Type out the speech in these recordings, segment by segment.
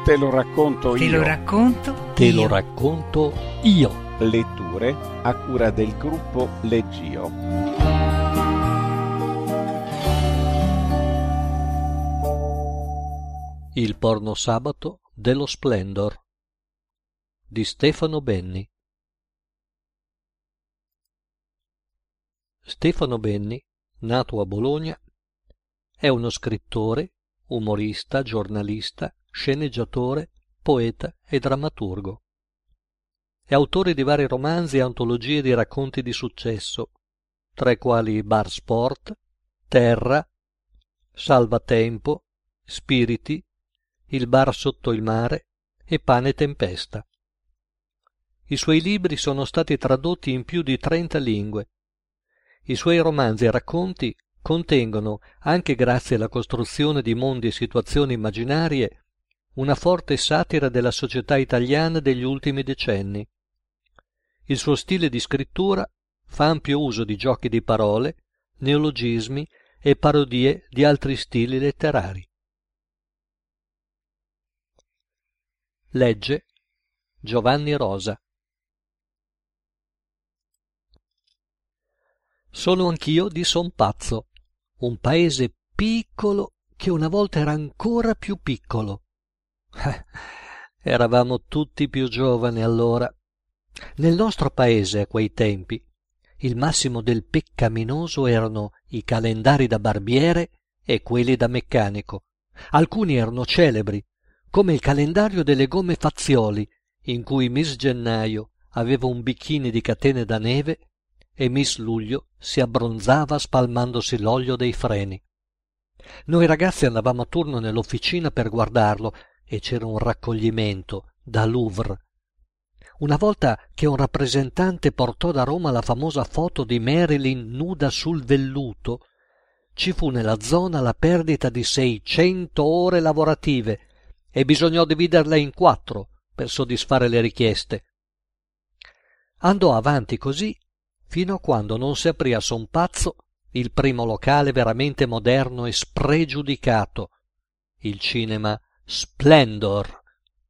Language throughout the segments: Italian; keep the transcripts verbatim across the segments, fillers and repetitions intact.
Te lo racconto Te io. lo racconto Te io. lo racconto io. Letture a cura del gruppo Leggio. Il porno sabato dello Splendor di Stefano Benni. Stefano Benni, nato a Bologna, è uno scrittore, umorista, giornalista, sceneggiatore, poeta e drammaturgo. È autore di vari romanzi e antologie di racconti di successo, tra i quali Bar Sport, Terra, Salvatempo, Spiriti, Il bar sotto il mare e Pane e tempesta. I suoi libri sono stati tradotti in più di trenta lingue. I suoi romanzi e racconti contengono, anche grazie alla costruzione di mondi e situazioni immaginarie, una forte satira della società italiana degli ultimi decenni. Il suo stile di scrittura fa ampio uso di giochi di parole, neologismi e parodie di altri stili letterari. Legge Giovanni Rosa. Sono anch'io di Sonpazzo, un paese piccolo che una volta era ancora più piccolo. Eh, eravamo tutti più giovani allora. Nel nostro paese, a quei tempi, il massimo del peccaminoso erano i calendari da barbiere e quelli da meccanico. Alcuni erano celebri, come il calendario delle gomme Fazioli, in cui Miss Gennaio aveva un bikini di catene da neve e Miss Luglio si abbronzava spalmandosi l'olio dei freni. Noi ragazzi andavamo a turno nell'officina per guardarlo e c'era un raccoglimento da Louvre. Una volta che un rappresentante portò da Roma la famosa foto di Marilyn nuda sul velluto, ci fu nella zona la perdita di seicento ore lavorative e bisognò dividerla in quattro per soddisfare le richieste. Andò avanti così fino a quando non si aprì a Sonpazzo il primo locale veramente moderno e spregiudicato, il cinema Splendor.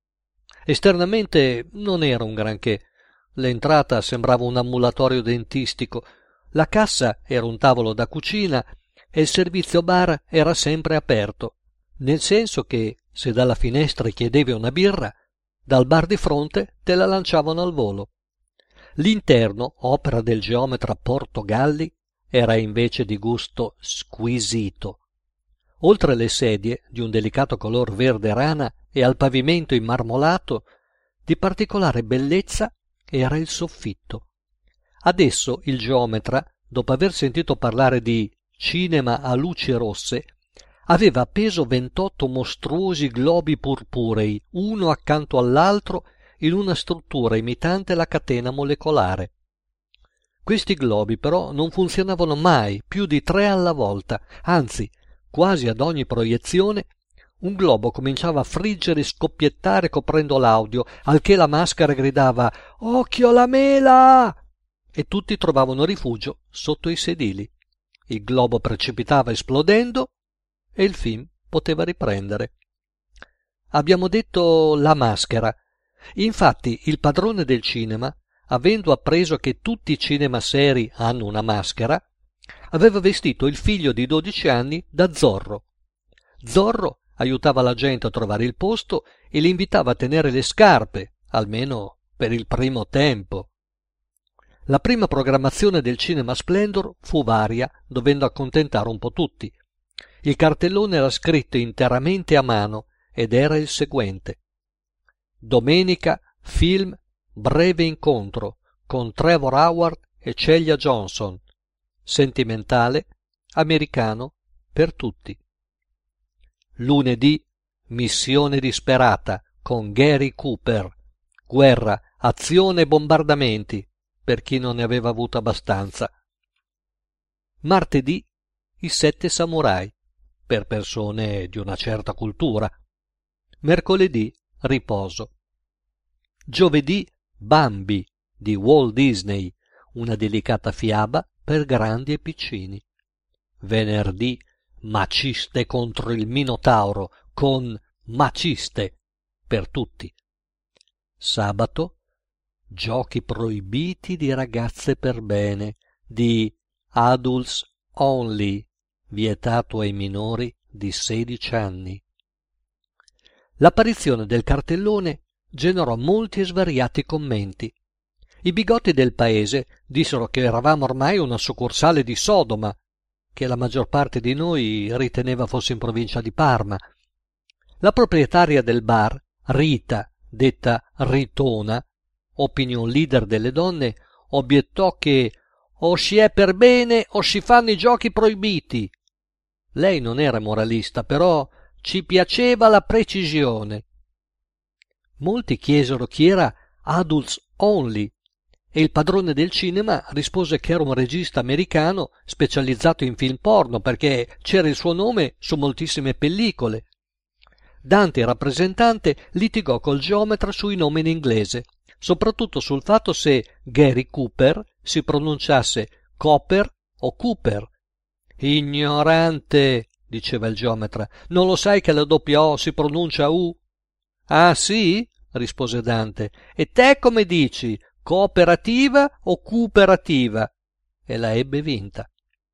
Esternamente non era un granché. L'entrata sembrava un ambulatorio dentistico, la cassa era un tavolo da cucina e il servizio bar era sempre aperto, nel senso che se dalla finestra chiedevi una birra, dal bar di fronte te la lanciavano al volo. L'interno, opera del geometra Portogalli, era invece di gusto squisito. Oltre le sedie, di un delicato color verde rana, e al pavimento immarmolato, di particolare bellezza era il soffitto. Adesso il geometra, dopo aver sentito parlare di cinema a luci rosse, aveva appeso ventotto mostruosi globi purpurei, uno accanto all'altro, in una struttura imitante la catena molecolare. Questi globi però non funzionavano mai più di tre alla volta, anzi, quasi ad ogni proiezione, un globo cominciava a friggere e scoppiettare coprendo l'audio, al che la maschera gridava «Occhio alla mela!» e tutti trovavano rifugio sotto i sedili. Il globo precipitava esplodendo e il film poteva riprendere. Abbiamo detto la maschera. Infatti il padrone del cinema, avendo appreso che tutti i cinema seri hanno una maschera, aveva vestito il figlio di dodici anni da Zorro. Zorro aiutava la gente a trovare il posto e li invitava a tenere le scarpe, almeno per il primo tempo. La prima programmazione del Cinema Splendor fu varia, dovendo accontentare un po' tutti. Il cartellone era scritto interamente a mano ed era il seguente: domenica, film Breve incontro con Trevor Howard e Celia Johnson, sentimentale, americano, per tutti. Lunedì, Missione disperata con Gary Cooper, guerra, azione e bombardamenti, per chi non ne aveva avuto abbastanza. Martedì, I sette samurai, per persone di una certa cultura. Mercoledì, riposo. Giovedì, Bambi di Walt Disney, una delicata fiaba per grandi e piccini. Venerdì, Maciste contro il Minotauro con Maciste, per tutti. Sabato, giochi proibiti di ragazze per bene, di Adults Only, vietato ai minori di sedici anni. L'apparizione del cartellone generò molti e svariati commenti. I bigotti del paese dissero che eravamo ormai una succursale di Sodoma, che la maggior parte di noi riteneva fosse in provincia di Parma. La proprietaria del bar, Rita, detta Ritona, opinion leader delle donne, obiettò che o si è per bene o si fanno i giochi proibiti. Lei non era moralista, però ci piaceva la precisione. Molti chiesero chi era Adults Only e il padrone del cinema rispose che era un regista americano specializzato in film porno perché c'era il suo nome su moltissime pellicole. Dante, il rappresentante, litigò col geometra sui nomi in inglese, soprattutto sul fatto se Gary Cooper si pronunciasse Cooper o Cooper. Ignorante, diceva il geometra, non lo sai che la doppia O si pronuncia U? Ah sì? Rispose Dante. E te come dici? Cooperativa o cooperativa? E la ebbe vinta.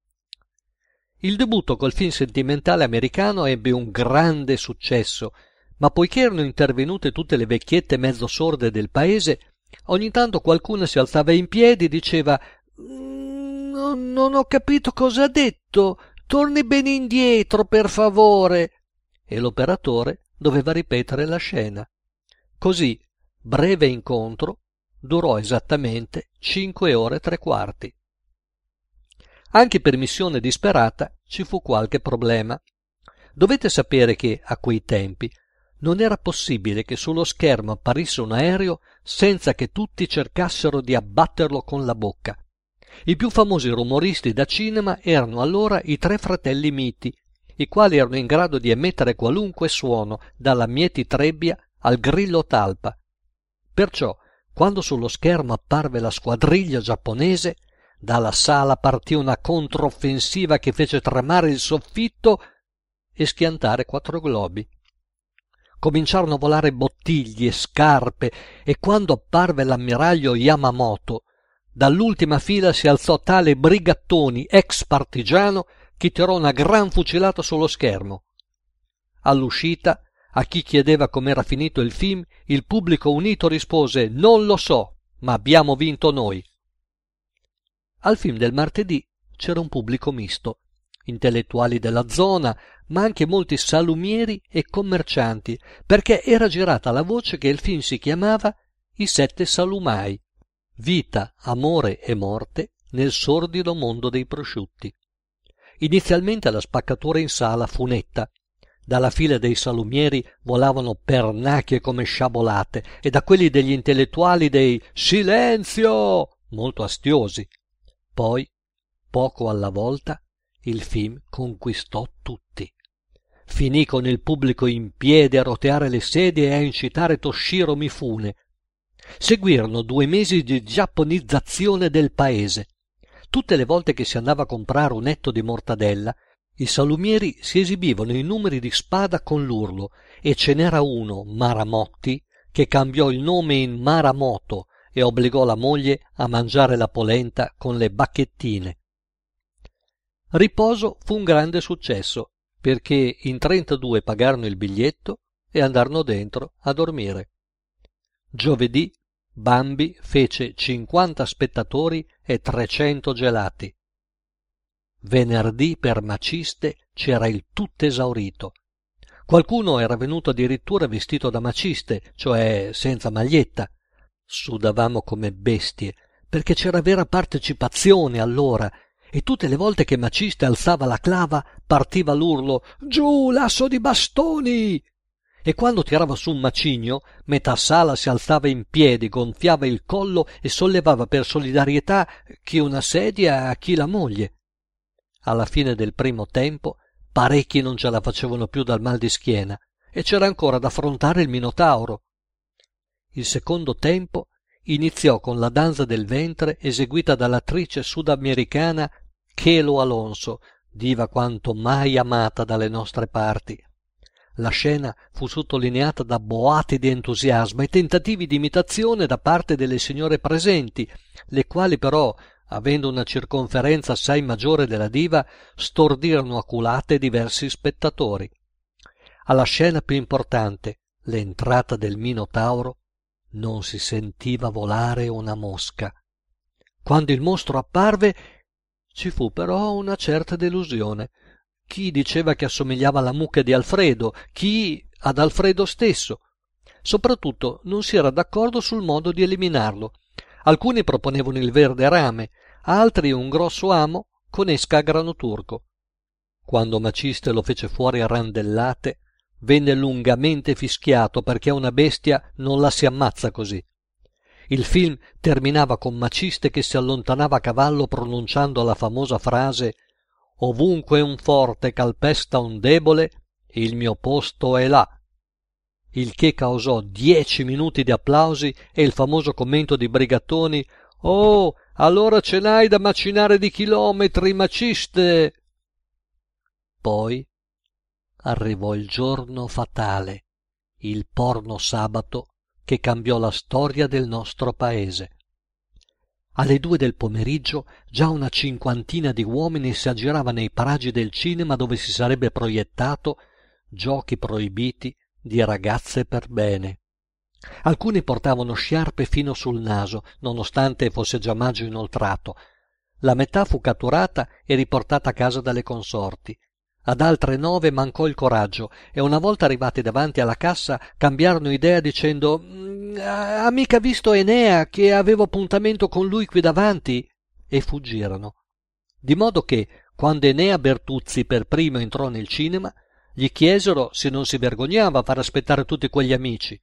Il debutto col film sentimentale americano ebbe un grande successo, ma poiché erano intervenute tutte le vecchiette mezzo sorde del paese, ogni tanto qualcuna si alzava in piedi e diceva «Non, non ho capito cosa ha detto, torni bene indietro, per favore!» E l'operatore doveva ripetere la scena. Così, breve incontro, durò esattamente cinque ore e tre quarti. Anche per missione disperata ci fu qualche problema. Dovete sapere che, a quei tempi, non era possibile che sullo schermo apparisse un aereo senza che tutti cercassero di abbatterlo con la bocca. I più famosi rumoristi da cinema erano allora i tre fratelli Miti, i quali erano in grado di emettere qualunque suono, dalla mietitrebbia al grillo talpa. Perciò, quando sullo schermo apparve la squadriglia giapponese, dalla sala partì una controffensiva che fece tremare il soffitto e schiantare quattro globi. Cominciarono a volare bottiglie, scarpe, e quando apparve l'ammiraglio Yamamoto, dall'ultima fila si alzò tale Brigattoni, ex partigiano, che tirò una gran fucilata sullo schermo. All'uscita, a chi chiedeva com'era finito il film, il pubblico unito rispose «Non lo so, ma abbiamo vinto noi». Al film del martedì c'era un pubblico misto, intellettuali della zona, ma anche molti salumieri e commercianti, perché era girata la voce che il film si chiamava I sette salumai, vita, amore e morte nel sordido mondo dei prosciutti. Inizialmente la spaccatura in sala fu netta. Dalla fila dei salumieri volavano pernacchie come sciabolate e da quelli degli intellettuali dei «Silenzio!» molto astiosi. Poi, poco alla volta, il film conquistò tutti. Finì con il pubblico in piedi a roteare le sedie e a incitare Toshiro Mifune. Seguirono due mesi di giapponizzazione del paese. Tutte le volte che si andava a comprare un etto di mortadella, i salumieri si esibivano in numeri di spada con l'urlo, e ce n'era uno, Maramotti, che cambiò il nome in Maramoto e obbligò la moglie a mangiare la polenta con le bacchettine. Riposo fu un grande successo, perché in trentadue pagarono il biglietto e andarono dentro a dormire. Giovedì Bambi fece cinquanta spettatori e trecento gelati. Venerdì per Maciste c'era il tutto esaurito. Qualcuno era venuto addirittura vestito da maciste, cioè senza maglietta. Sudavamo come bestie, perché c'era vera partecipazione allora, e tutte le volte che Maciste alzava la clava partiva l'urlo «Giù, l'asso di bastoni!» E quando tirava su un macigno, metà sala si alzava in piedi, gonfiava il collo e sollevava per solidarietà chi una sedia, chi la moglie. Alla fine del primo tempo parecchi non ce la facevano più dal mal di schiena e c'era ancora da affrontare il Minotauro. Il secondo tempo iniziò con la danza del ventre eseguita dall'attrice sudamericana Kelo Alonso, diva quanto mai amata dalle nostre parti. La scena fu sottolineata da boati di entusiasmo e tentativi di imitazione da parte delle signore presenti, le quali però, avendo una circonferenza assai maggiore della diva, stordirono aculate diversi spettatori. Alla scena più importante, l'entrata del Minotauro, non si sentiva volare una mosca. Quando il mostro apparve, ci fu però una certa delusione. Chi diceva che assomigliava alla mucca di Alfredo, chi ad Alfredo stesso. Soprattutto non si era d'accordo sul modo di eliminarlo. Alcuni proponevano il verde rame, altri un grosso amo con esca a grano turco. Quando Maciste lo fece fuori a randellate, venne lungamente fischiato perché una bestia non la si ammazza così. Il film terminava con Maciste che si allontanava a cavallo pronunciando la famosa frase «Ovunque un forte calpesta un debole, il mio posto è là», il che causò dieci minuti di applausi e il famoso commento di Brigattoni «Oh, allora ce n'hai da macinare di chilometri, Maciste!» Poi arrivò il giorno fatale, il porno sabato che cambiò la storia del nostro paese. Alle due del pomeriggio già una cinquantina di uomini si aggirava nei paraggi del cinema dove si sarebbe proiettato Giochi proibiti di ragazze per bene. Alcuni portavano sciarpe fino sul naso, nonostante fosse già maggio inoltrato. La metà fu catturata e riportata a casa dalle consorti. Ad altre nove mancò il coraggio e una volta arrivati davanti alla cassa cambiarono idea dicendo «Ha mica visto Enea che avevo appuntamento con lui qui davanti?» e fuggirono. Di modo che, quando Enea Bertuzzi per primo entrò nel cinema, gli chiesero se non si vergognava a far aspettare tutti quegli amici.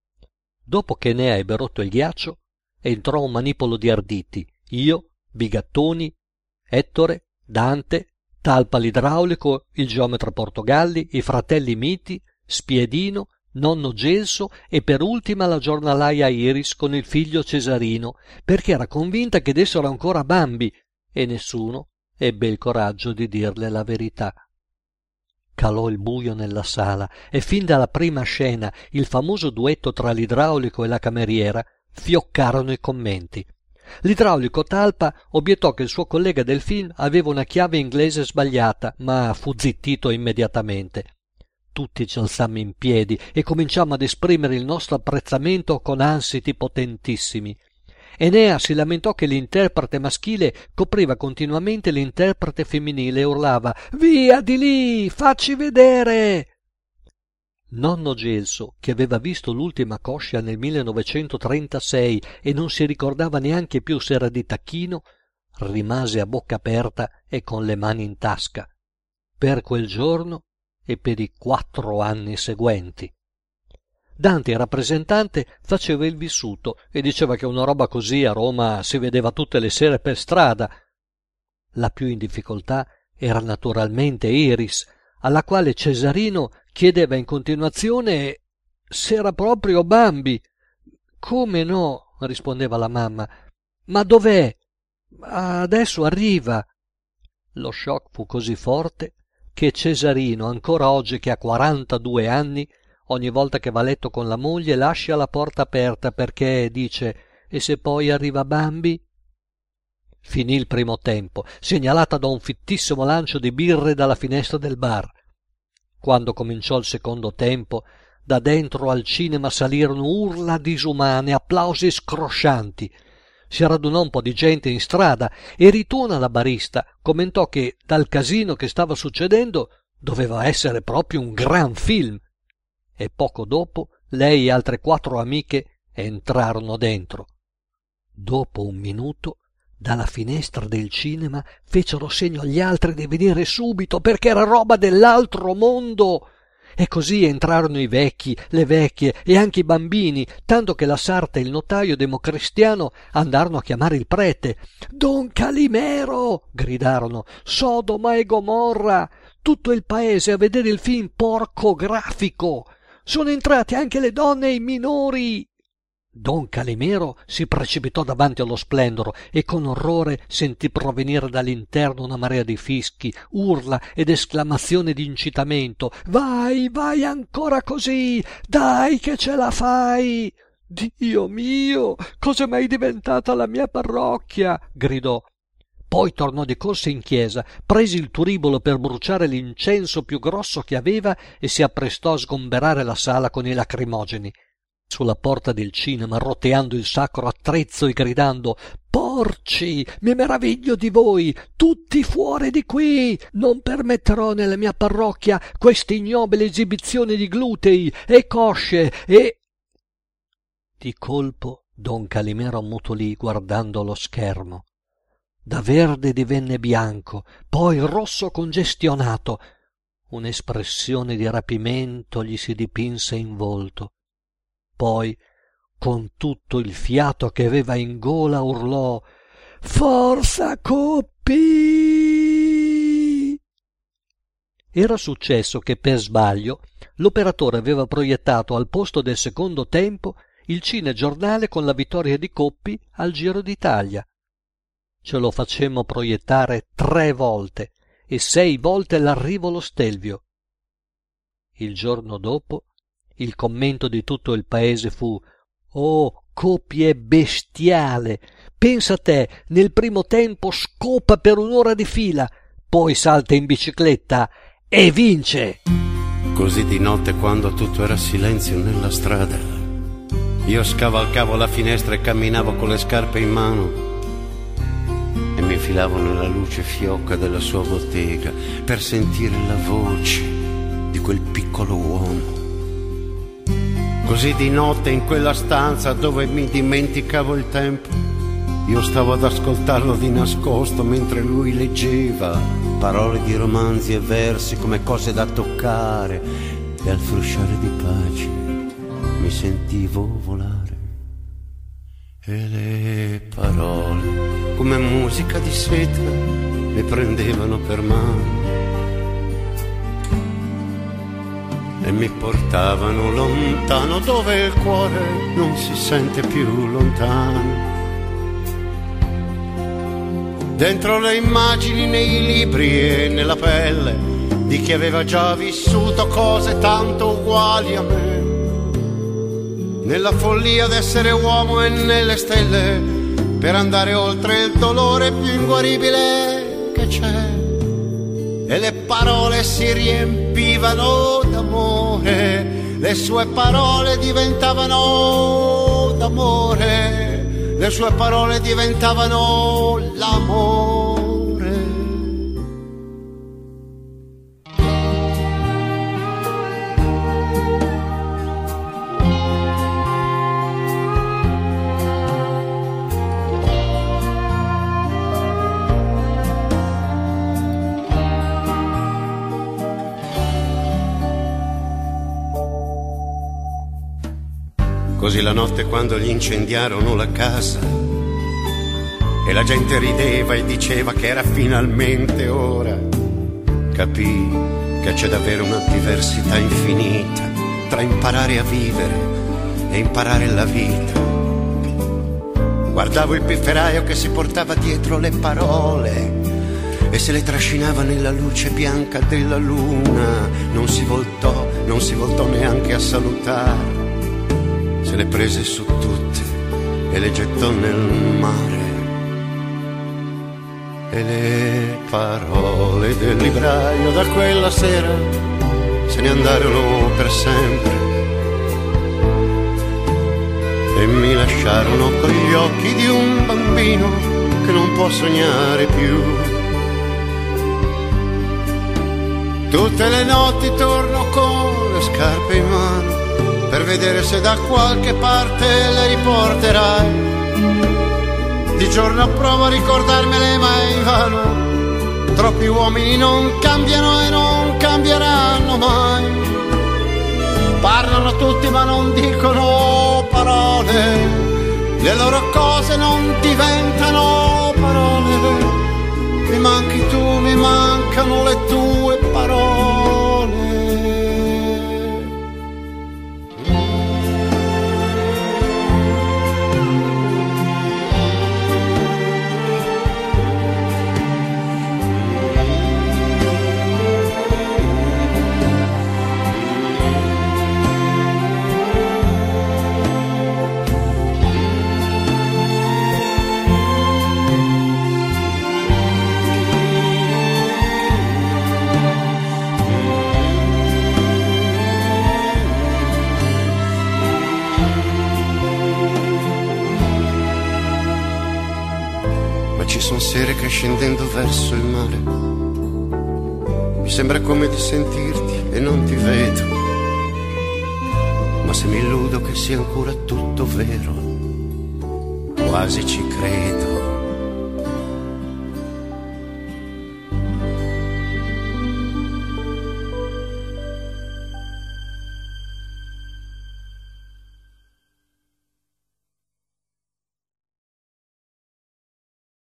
Dopo che Enea ebbe rotto il ghiaccio, entrò un manipolo di arditi, io, Bigattoni, Ettore, Dante, Talpa l'idraulico, il geometra Portogalli, i fratelli Miti, Spiedino, nonno Gelso e per ultima la giornalaia Iris con il figlio Cesarino, perché era convinta che dessero ancora bambi e nessuno ebbe il coraggio di dirle la verità. Calò il buio nella sala e fin dalla prima scena il famoso duetto tra l'idraulico e la cameriera fioccarono i commenti. L'idraulico Talpa obiettò che il suo collega del film aveva una chiave inglese sbagliata, ma fu zittito immediatamente. Tutti ci alzammo in piedi e cominciammo ad esprimere il nostro apprezzamento con ansiti potentissimi. Enea si lamentò che l'interprete maschile copriva continuamente l'interprete femminile e urlava «Via di lì! Facci vedere!» Nonno Gelso, che aveva visto l'ultima coscia nel millenovecentotrentasei e non si ricordava neanche più se era di tacchino, rimase a bocca aperta e con le mani in tasca, per quel giorno e per i quattro anni seguenti. Dante, il rappresentante, faceva il vissuto e diceva che una roba così a Roma si vedeva tutte le sere per strada. La più in difficoltà era naturalmente Iris, alla quale Cesarino chiedeva in continuazione se era proprio Bambi. «Come no?» rispondeva la mamma. «Ma dov'è?» «Adesso arriva». Lo shock fu così forte che Cesarino, ancora oggi che ha quarantadue anni, ogni volta che va a letto con la moglie lascia la porta aperta perché dice «E se poi arriva Bambi?» Finì il primo tempo, segnalata da un fittissimo lancio di birre dalla finestra del bar. Quando cominciò il secondo tempo, da dentro al cinema salirono urla disumane, applausi scroscianti. Si radunò un po' di gente in strada e Ritona, la barista, commentò che dal casino che stava succedendo doveva essere proprio un gran film. E poco dopo lei e altre quattro amiche entrarono dentro. Dopo un minuto, dalla finestra del cinema fecero segno agli altri di venire subito perché era roba dell'altro mondo. E così entrarono i vecchi, le vecchie e anche i bambini, tanto che la sarta e il notaio democristiano andarono a chiamare il prete. «Don Calimero!» gridarono. «Sodoma e Gomorra! Tutto il paese a vedere il film porcografico! Sono entrati anche le donne e i minori!» Don Calimero si precipitò davanti allo splendoro e con orrore sentì provenire dall'interno una marea di fischi, urla ed esclamazioni di incitamento. «Vai, vai ancora così! Dai che ce la fai!» «Dio mio, cos'è mai diventata la mia parrocchia?» gridò. Poi tornò di corsa in chiesa, prese il turibolo per bruciare l'incenso più grosso che aveva e si apprestò a sgomberare la sala con i lacrimogeni. Sulla porta del cinema, roteando il sacro attrezzo e gridando «Porci, mi meraviglio di voi! Tutti fuori di qui! Non permetterò nella mia parrocchia queste ignobili esibizioni di glutei e cosce e...» Di colpo Don Calimero ammutolì guardando lo schermo. Da verde divenne bianco, poi rosso congestionato. Un'espressione di rapimento gli si dipinse in volto. Poi, con tutto il fiato che aveva in gola, urlò «Forza Coppi!» Era successo che per sbaglio l'operatore aveva proiettato al posto del secondo tempo il cinegiornale con la vittoria di Coppi al Giro d'Italia. Ce lo facemmo proiettare tre volte e sei volte l'arrivo allo Stelvio. Il giorno dopo il commento di tutto il paese fu «Oh, Coppi è bestiale! Pensa te, nel primo tempo scopa per un'ora di fila, poi salta in bicicletta e vince!» Così di notte, quando tutto era silenzio nella strada, io scavalcavo la finestra e camminavo con le scarpe in mano e mi infilavo nella luce fiocca della sua bottega per sentire la voce di quel piccolo uomo. Così di notte, in quella stanza dove mi dimenticavo il tempo, io stavo ad ascoltarlo di nascosto mentre lui leggeva parole di romanzi e versi come cose da toccare, e al frusciare di pagine mi sentivo volare. E le parole, come musica di seta, mi prendevano per mano e mi portavano lontano, dove il cuore non si sente più lontano. Dentro le immagini, nei libri e nella pelle di chi aveva già vissuto cose tanto uguali a me, nella follia d'essere uomo e nelle stelle, per andare oltre il dolore più inguaribile che c'è. E le parole si riempivano d'amore, le sue parole diventavano d'amore, le sue parole diventavano l'amore. Così la notte, quando gli incendiarono la casa e la gente rideva e diceva che era finalmente ora, capii che c'è davvero una diversità infinita tra imparare a vivere e imparare la vita. Guardavo il pifferaio che si portava dietro le parole e se le trascinava nella luce bianca della luna. Non si voltò, non si voltò neanche a salutare, se le prese su tutte e le gettò nel mare. E le parole del libraio da quella sera se ne andarono per sempre e mi lasciarono con gli occhi di un bambino che non può sognare più. Tutte le notti torno con le scarpe in mano per vedere se da qualche parte le riporterai. Di giorno provo a ricordarmele ma è invano, troppi uomini non cambiano e non cambieranno mai. Parlano tutti ma non dicono parole, le loro cose non diventano parole. Mi manchi tu, mi mancano le tue parole. dire che scendendo verso il mare mi sembra come di sentirti e non ti vedo, ma se mi illudo che sia ancora tutto vero, quasi ci credo.